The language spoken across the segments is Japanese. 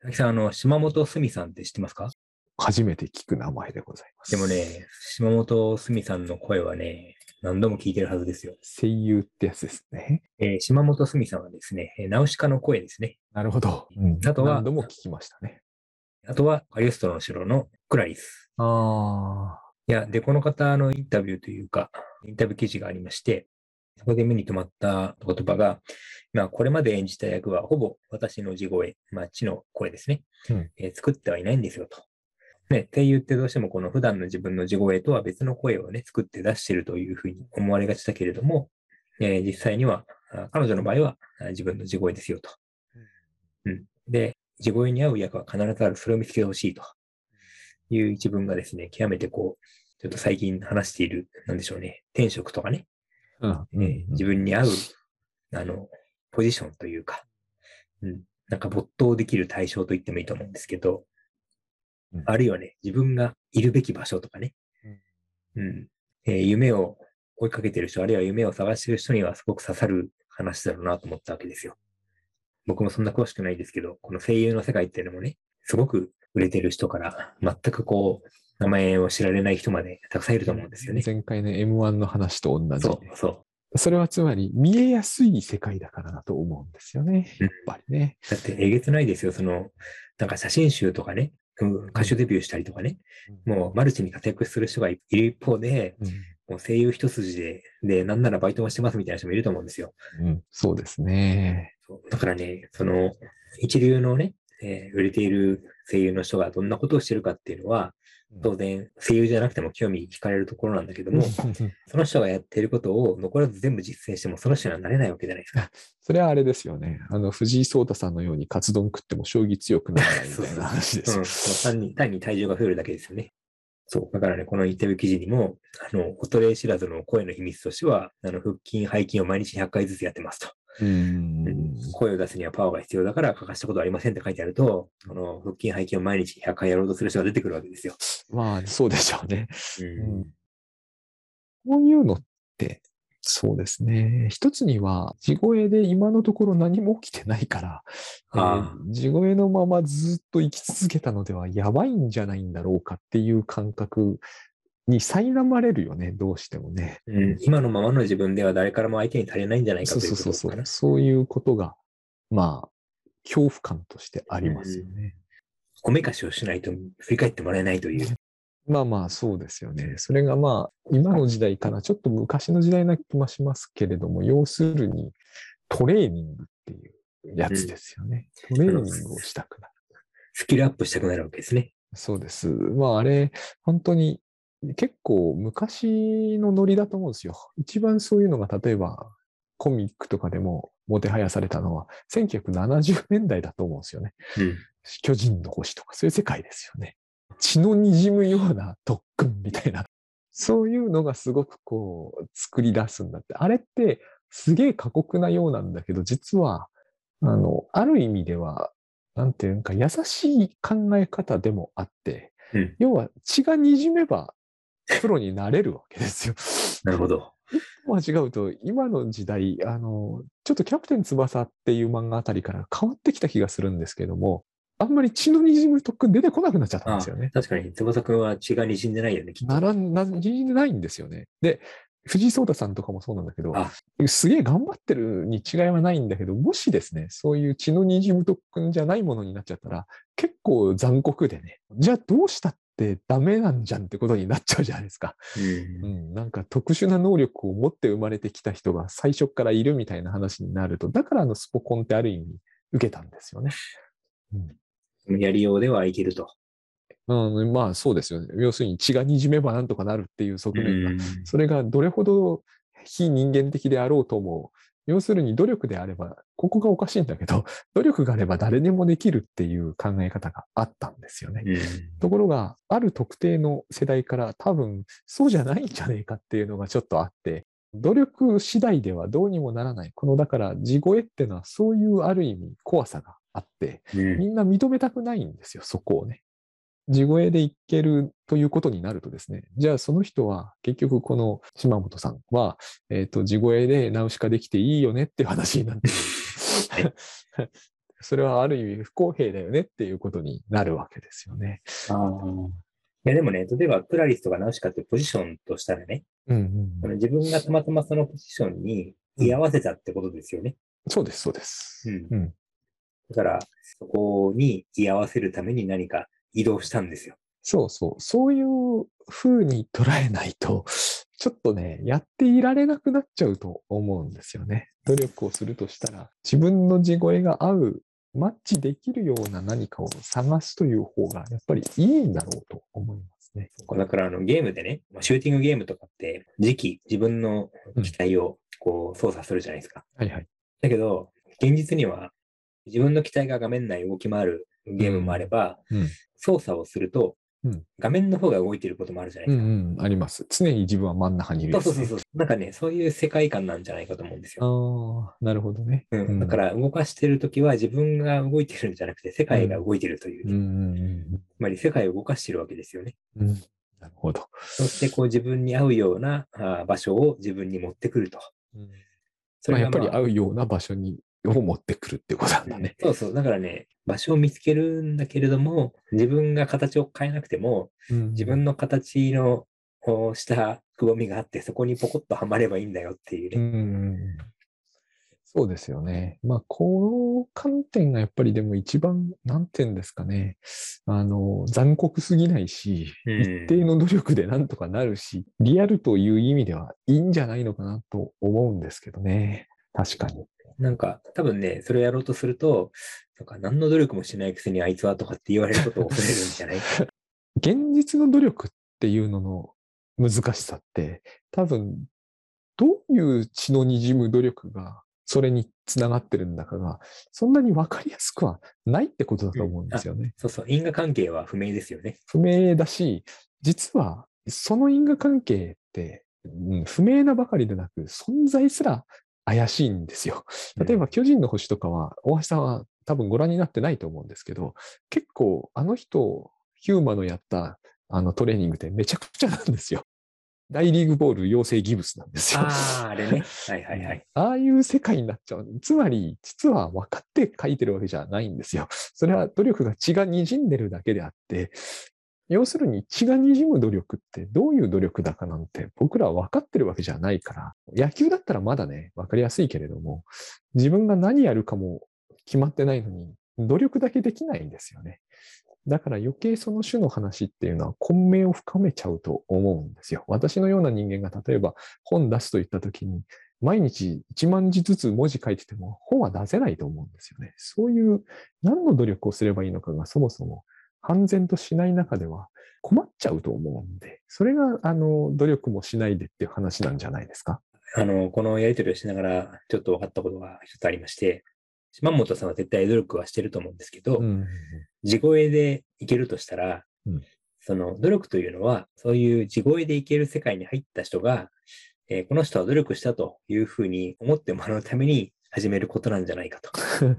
佐々木さん、島本すみさんって知ってますか？ 初めて聞く名前でございまでもす。 ね、島本すみさんの声はね、何度も聞いてるはずですよ。 声優ってやつですね。 島本すみさんはですね、ナウシカの声ですね。 なるほど。うん、 あとは、 何度も聞きましたね。 カリオストロの城のクラリス。 あいや、で、この方のインタビューというか、インタビュー記事がありまして、そこで目に留まった言葉が、これまで演じた役はほぼ私の地声、地の声ですね、 うん。 作ってはいないんですよと。ね、声優ってどうしてもこの普段の自分の地声とは別の声をね、作って出しているというふうに思われがちだけれども、実際には、彼女の場合は自分の地声ですよと。うん。で、地声に合う役は必ずある、それを見つけてほしいという一文がですね、極めてちょっと最近話している、なんでしょうね、転職とかね、 うん、うん、 自分に合う、あの、ポジションというか、なんか没頭できる対象と言ってもいいと思うんですけど、 うん、 あるいはね、自分がいるべき場所とかね、 うん。 うん。夢を追いかけてる人、あるいは夢を探してる人にはすごく刺さる話だろうなと思ったわけですよ。僕もそんな詳しくないですけど、この声優の世界っていうのもね、すごく売れてる人から全く名前を知られない人までたくさんいると思うんですよね。 前回の M1 の話と同じ。 そうそそれはつまり見えやすい世界だからだと思うんですよね。 う。うん。 やっぱりね。 だってえげつないですよ。なんか写真集とかね、 うん、 歌手デビューしたりとかね、 うん、 もうマルチに活躍する人がいる一方で、 うん、 もう声優一筋で、なんならバイトもしてますみたいな人もいると思うんですよ。 うん。そうですね。 そうだからね、一流のね、売れている声優の人がどんなことをしてるかっていうのは、 うん。 当然、声優じゃなくても興味惹かれるところなんだけども、その人がやっていることを残らず全部実践しても、その人にはなれないわけじゃないですか。 それはあれですよね。藤井聡太さんのようにカツ丼食っても将棋強くならないみたいなそうそうそう。 話ですよ。 もう単に体重が増えるだけですよね。そう。だからね、このインタビュー記事にも、衰え知らずの声の秘密としては、腹筋、背筋を毎日100回ずつやってますと。 うーうん、 ん。 声を出すにはパワーが必要だから欠かしたことはありませんって書いてあると、腹筋背筋を毎日100回やろうとする人が出てくるわけですよ。 まあ、そうでしょうね。 ううん。 ん。 こういうのって、そうですね。一つには、地声で今のところ何も起きてないから、 あ地声のままずっと生き続けたのではやばいんじゃないんだろうかっていう感覚に苛まれるよね、どうしてもね。 うん、今のままの自分では誰からも相手に足りないんじゃないかそうというそうそうそう。 ことかな。 そういうことが、まあ、恐怖感としてあうりますよん。 ね。 おめかしをしないと振り返ってもらえないという。 まあまあ、そうですよね。それがまあ、今の時代かな、ちょっと昔の時代な気もしますけれども、要するにトレーニングっていうやつでうん。 すよね。トレーニングをしたくなる。 スキルアップしたくなるわけですね。 そうです。まああれ、本当に結構昔のノリだと思うんですよ。一番そういうのが例えばコミックとかでももてはやされたのは1970年代だと思うんですよね。 うん。 巨人の星とかそういう世界ですよね。血の滲むような特訓みたいな。そういうのがすごく作り出すんだって。あれってすげえ過酷なようなんだけど、実は、ある意味では、なんていうか優しい考え方でもあって、 うん。 要は血が滲めばプロになれるわけですよ。 なるほど。 一歩間違うと、今の時代、ちょっとキャプテン翼っていう漫画あたりから変わってきた気がするんですけども、あんまり血の滲む特訓出てこなくなっちゃったんですああ、 よね。 確かに、翼くんは血が滲んでないよね、きっと。 滲んでないんですよね。で、藤井聡太さんとかもそうなんだけど、 あ、 すげえ頑張ってるに違いはないんだけど、もしですね、そういう血の滲む特訓じゃないものになっちゃったら、結構残酷でね、じゃあどうしたってダメなんじゃんってことになっちゃうじゃないですか。 うん。 なんか特殊な能力を持って生まれてきた人が最初からいるみたいな話になると、だからスポコンってある意味受けたんですよね。 やりようではいけると。 まあそうですよね。要するに血が滲めばなんとかなるっていうう側面が、 ん。 それがどれほど非人間的であろうとも、要するに努力であれば、ここがおかしいんだけど、努力があれば誰でもできるっていう考え方があったんですよね。 うん。 ところが、ある特定の世代から多分そうじゃないんじゃねえかっていうのがちょっとあって、努力次第ではどうにもならない。だから地声っていうのはそういうある意味怖さがあって、 うん。 みんな認めたくないんですよ、そこをね。地声でいけるということになるとですね、じゃあその人は結局この島本さんは、地声でナウシカできていいよねっていう話になってくるんですよ。 それはある意味不公平だよねっていうことになるわけですよね。 ああ。いやでもね、例えばクラリスとかナウシカっていうポジションとしたらね、 うん自分がたまたまそのポジションに居合わせたってことですよね。 そうです、そうです。 うん。だから、そこに居合わせるために何か移動したんですよ。 そうそう。そういう風に捉えないと、ちょっとね、やっていられなくなっちゃうと思うんですよね。努力をするとしたら、自分の地声が合う、マッチできるような何かを探すという方が、やっぱりいいんだろうと思いますね。 だからゲームでね、シューティングゲームとかって、自分の機体をこう操作するじゃないですか。 はいはい。 だけど、現実には自分の機体が画面内動き回るゲームもあれば、操作をすると画面の方が動いていることもあるじゃないですか。 あります。常に自分は真ん中にいるやつね。 そう。なんかね、そういう世界観なんじゃないかと思うんですよ。 ああ、なるほどね。 だから動かしてるときは自分が動いてるんじゃなくて世界が動いてるというね。つまり世界を動かしてるわけですよね。 なるほど。 そしてこう自分に合うような場所を自分に持ってくると。 それがやっぱり合うような場所を持ってくるってことなんだね。 そう。だからね、場所を見つけるんだけれども、自分が形を変えなくても、自分の形のしたくぼみがあって、そこにポコッとはまればいいんだよっていうね。 そうですよね。まあ、この観点がやっぱりでも一番、なんていうんですかね。残酷すぎないし、一定の努力でなんとかなるし、リアルという意味ではいいんじゃないのかなと思うんですけどね。確かに。 なんか、多分ね、それをやろうとすると、なんか何の努力もしないくせにあいつはとかって言われることを恐れるんじゃない現実の努力っていうのの難しさって、多分、どういう血の滲む努力がそれにつながってるんだかが、そんなに分かりやすくはないってことだと思うんですよね。 そう、因果関係は不明ですよね。 不明だし、実はその因果関係って、不明なばかりでなく、存在すら怪しいんですよ。例えば、巨人の星とかは、大橋さんは多分ご覧になってないと思うんですけど、結構あの人、ヒューマのやったトレーニングってめちゃくちゃなんですよ。大リーグボール養成ギブスなんですよ。 あれね。はい。 ああいう世界になっちゃう。つまり、実は分かって書いてるわけじゃないんですよ。それは努力が血が滲んでるだけであって、要するに血が滲む努力ってどういう努力だかなんて僕らは分かってるわけじゃないから、野球だったらまだね、分かりやすいけれども、自分が何やるかも決まってないのに、努力だけできないんですよね。だから余計その種の話っていうのは混迷を深めちゃうと思うんですよ。私のような人間が例えば本出すといったときに、毎日1万字ずつ文字書いてても本は出せないと思うんですよね。そういう何の努力をすればいいのかがそもそも判然としない中では困っちゃうと思うんで、それが努力もしないでっていう話なんじゃないですか。 このやり取りをしながらちょっと分かったことが一つありまして、島本さんは絶対努力はしてると思うんですけど、地声でいけるとしたら、その努力というのは、そういう地声でいける世界に入った人が、この人は努力したというふうに思ってもらうために始めることなんじゃないかと。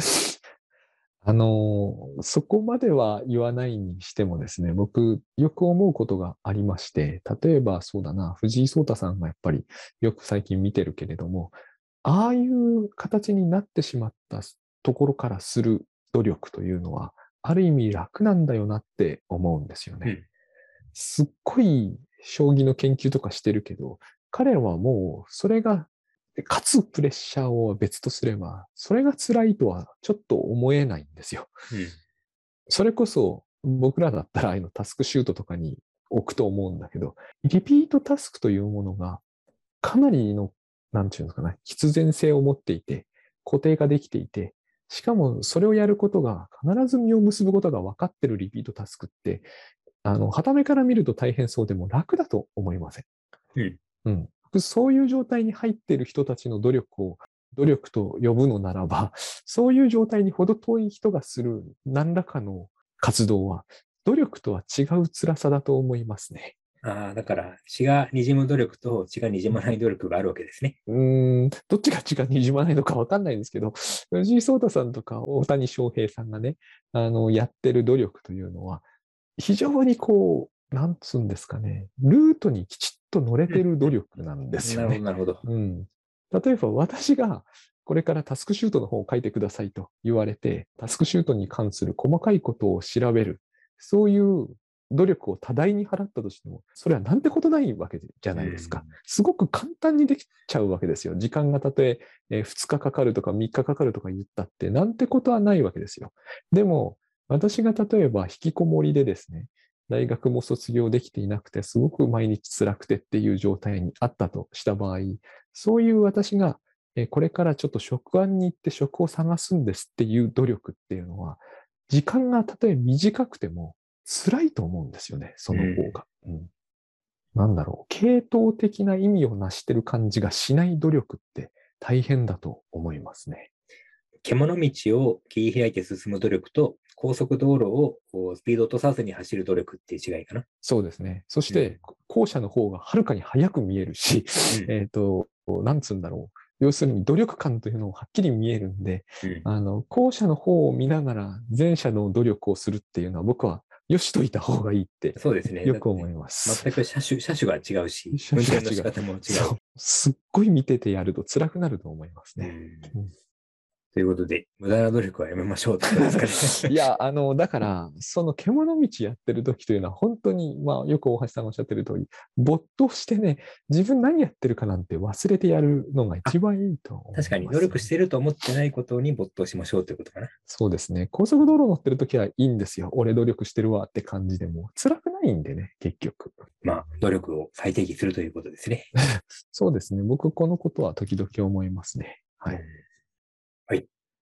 そこまでは言わないにしてもですね、僕、よく思うことがありまして、例えばそうだな、藤井聡太さんがやっぱりよく最近見てるけれども、ああいう形になってしまったところからする努力というのは、ある意味楽なんだよなって思うんですよね。すっごい将棋の研究とかしてるけど、彼らはもうそれがかつプレッシャーを別とすれば、それが辛いとはちょっと思えないんですよ。それこそ僕らだったらタスクシュートとかに置くと思うんだけど、リピートタスクというものがかなりの、なんていうんですかね、必然性を持っていて、固定化できていて、しかもそれをやることが必ず実を結ぶことが分かってるリピートタスクって、傍目から見ると大変そうでも楽だと思いません。そういう状態に入っている人たちの努力を努力と呼ぶのならば、そういう状態に程遠い人がする何らかの活動は、努力とは違う辛さだと思いますね。 だから血が滲む努力と血が滲まない努力があるわけですね。 どっちが血が滲まないのか分かんないんですけど、藤井聡太さんとか大谷翔平さんがね、やってる努力というのは、非常になんつうんですかね、ルートにきちっと乗れてる努力なんですよね。 なるほど。 例えば私がこれからタスクシュートの方を書いてくださいと言われて、タスクシュートに関する細かいことを調べる。そういう努力を多大に払ったとしても、それはなんてことないわけじゃないですか。すごく簡単にできちゃうわけですよ。時間がたとえ2日かかるとか3日かかるとか言ったって、なんてことはないわけですよ。でも、私が例えば引きこもりでですね、大学も卒業できていなくて、すごく毎日辛くてっていう状態にあったとした場合、そういう私がこれからちょっと職案に行って職を探すんですっていう努力っていうのは、時間がたとえ短くても辛いと思うんですよね、その方が。なんだろう、系統的な意味を成してる感じがしない努力って大変だと思いますね。 獣道を切り開いて進む努力と、高速道路をスピード落とさずに走る努力っていう違いかな。 そうですね。そして、後者の方がはるかに早く見えるし、なんつうんだろう。要するに努力感というのもはっきり見えるんで、後者の方を見ながら前者の努力をするっていうのは僕はよしといた方がいいってそうですね。 よく思います。 全く車種が違うし、運転の仕方も違う。 そう。すっごい見ててやると辛くなると思いますね。 ということで、無駄な努力はやめましょうってことですかね。 いや、だから、その獣道やってる時というのは、本当に、よく大橋さんがおっしゃってる通り、没頭してね、自分何やってるかなんて忘れてやるのが一番いいと思います。 確かに、努力してると思ってないことに没頭しましょうということかな。 そうですね。高速道路乗ってる時はいいんですよ。俺努力してるわって感じでも、辛くないんでね、結局。 努力を最適するということですね。 そうですね。僕、このことは時々思いますね。はい。 はい。